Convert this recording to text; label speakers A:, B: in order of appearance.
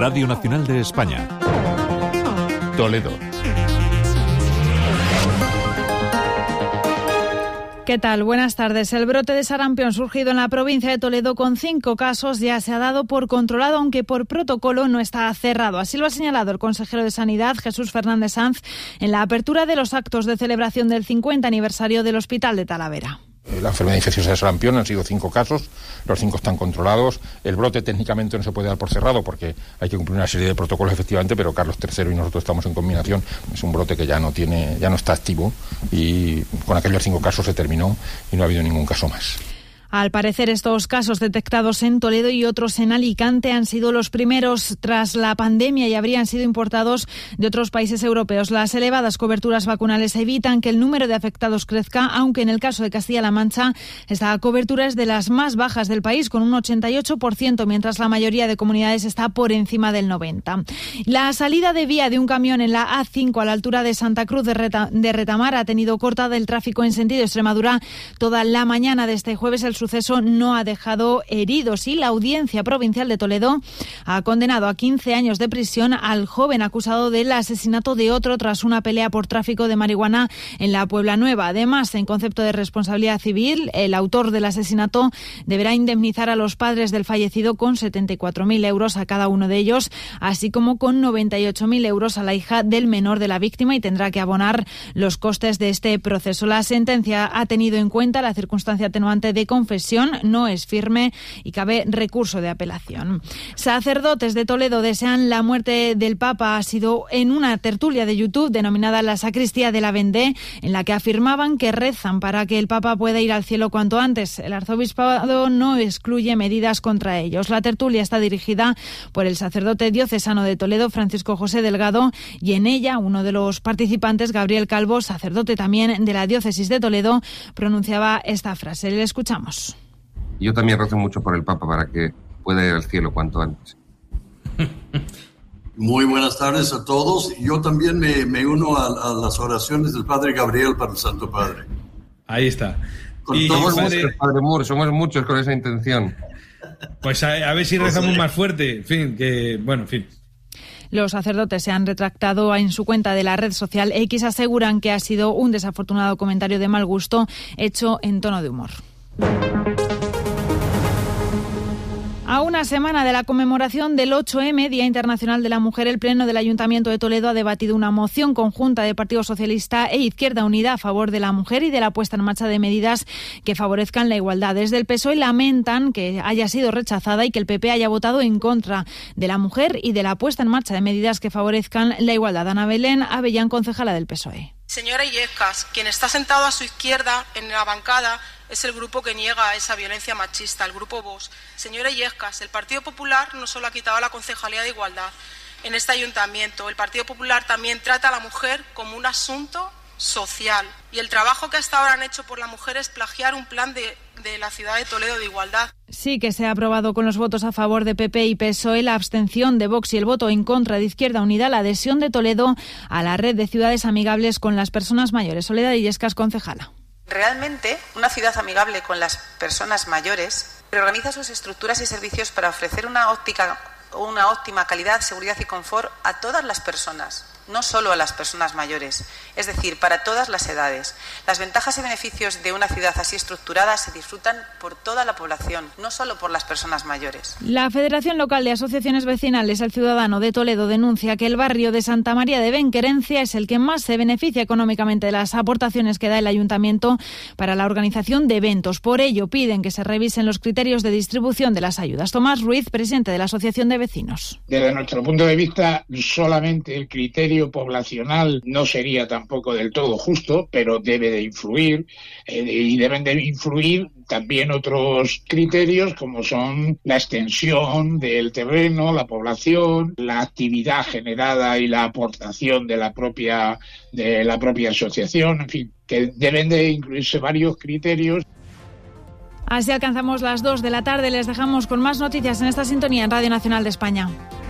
A: Radio Nacional de España. Toledo.
B: ¿Qué tal? Buenas tardes. El brote de sarampión surgido en la provincia de Toledo con 5 casos ya se ha dado por controlado, aunque por protocolo no está cerrado. Así lo ha señalado el consejero de Sanidad, Jesús Fernández Sanz, en la apertura de los actos de celebración del 50 aniversario del Hospital de Talavera.
C: La enfermedad infecciosa de sarampión han sido 5 casos, los 5 están controlados. El brote técnicamente no se puede dar por cerrado porque hay que cumplir una serie de protocolos efectivamente, pero Carlos III y nosotros estamos en combinación. Es un brote que ya no está activo y con aquellos 5 casos se terminó y no ha habido ningún caso más.
B: Al parecer, estos casos detectados en Toledo y otros en Alicante han sido los primeros tras la pandemia y habrían sido importados de otros países europeos. Las elevadas coberturas vacunales evitan que el número de afectados crezca, aunque en el caso de Castilla-La Mancha esta cobertura es de las más bajas del país, con un 88%, mientras la mayoría de comunidades está por encima del 90%. La salida de vía de un camión en la A5 a la altura de Santa Cruz de Retamar ha tenido cortada el tráfico en sentido Extremadura toda la mañana de este jueves. El suceso no ha dejado heridos y la Audiencia Provincial de Toledo ha condenado a 15 años de prisión al joven acusado del asesinato de otro tras una pelea por tráfico de marihuana en la Puebla Nueva. Además, en concepto de responsabilidad civil, el autor del asesinato deberá indemnizar a los padres del fallecido con 74.000 euros a cada uno de ellos, así como con 98.000 euros a la hija del menor de la víctima, y tendrá que abonar los costes de este proceso. La sentencia ha tenido en cuenta la circunstancia atenuante de confesión, no es firme y cabe recurso de apelación. Sacerdotes de Toledo desean la muerte del Papa. Ha sido en una tertulia de YouTube denominada La Sacristía de la Vendée, en la que afirmaban que rezan para que el Papa pueda ir al cielo cuanto antes. El arzobispado no excluye medidas contra ellos. La tertulia está dirigida por el sacerdote diocesano de Toledo, Francisco José Delgado, y en ella uno de los participantes, Gabriel Calvo, sacerdote también de la diócesis de Toledo, pronunciaba esta frase. Le escuchamos.
D: Yo también rezo mucho por el Papa para que pueda ir al cielo cuanto antes.
E: Muy buenas tardes a todos. Yo también me uno a las oraciones del Padre Gabriel para el Santo Padre.
F: Ahí está.
D: Somos muchos, Padre Moore, somos muchos con esa intención.
F: Pues a ver si rezamos más fuerte. En fin.
B: Los sacerdotes se han retractado en su cuenta de la red social X. Aseguran que ha sido un desafortunado comentario de mal gusto hecho en tono de humor. A una semana de la conmemoración del 8M, Día Internacional de la Mujer, el Pleno del Ayuntamiento de Toledo ha debatido una moción conjunta de Partido Socialista e Izquierda Unida a favor de la mujer y de la puesta en marcha de medidas que favorezcan la igualdad. Desde el PSOE lamentan que haya sido rechazada y que el PP haya votado en contra de la mujer y de la puesta en marcha de medidas que favorezcan la igualdad. Ana Belén Avellán, concejala del PSOE.
G: Señora Illescas, quien está sentado a su izquierda en la bancada es el grupo que niega esa violencia machista, el grupo Vox. Señora Illescas, el Partido Popular no solo ha quitado la Concejalía de Igualdad en este ayuntamiento, el Partido Popular también trata a la mujer como un asunto social. Y el trabajo que hasta ahora han hecho por la mujer es plagiar un plan de la ciudad de Toledo de igualdad.
B: Sí que se ha aprobado con los votos a favor de PP y PSOE, la abstención de Vox y el voto en contra de Izquierda Unida, la adhesión de Toledo a la red de ciudades amigables con las personas mayores. Soledad Illescas, concejala.
H: Realmente, una ciudad amigable con las personas mayores reorganiza sus estructuras y servicios para ofrecer una óptima calidad, seguridad y confort a todas las personas, no solo a las personas mayores, es decir, para todas las edades. Las ventajas y beneficios de una ciudad así estructurada se disfrutan por toda la población, no solo por las personas mayores.
B: La Federación Local de Asociaciones Vecinales El Ciudadano de Toledo denuncia que el barrio de Santa María de Benquerencia es el que más se beneficia económicamente de las aportaciones que da el Ayuntamiento para la organización de eventos. Por ello, piden que se revisen los criterios de distribución de las ayudas. Tomás Ruiz, presidente de la Asociación de Vecinos.
I: Desde nuestro punto de vista, solamente el criterio poblacional no sería tampoco del todo justo, pero debe de influir y deben de influir también otros criterios como son la extensión del terreno, la población, la actividad generada y la aportación de la propia asociación, en fin, que deben de incluirse varios criterios.
B: Así alcanzamos las 2 de la tarde. Les dejamos con más noticias en esta sintonía en Radio Nacional de España.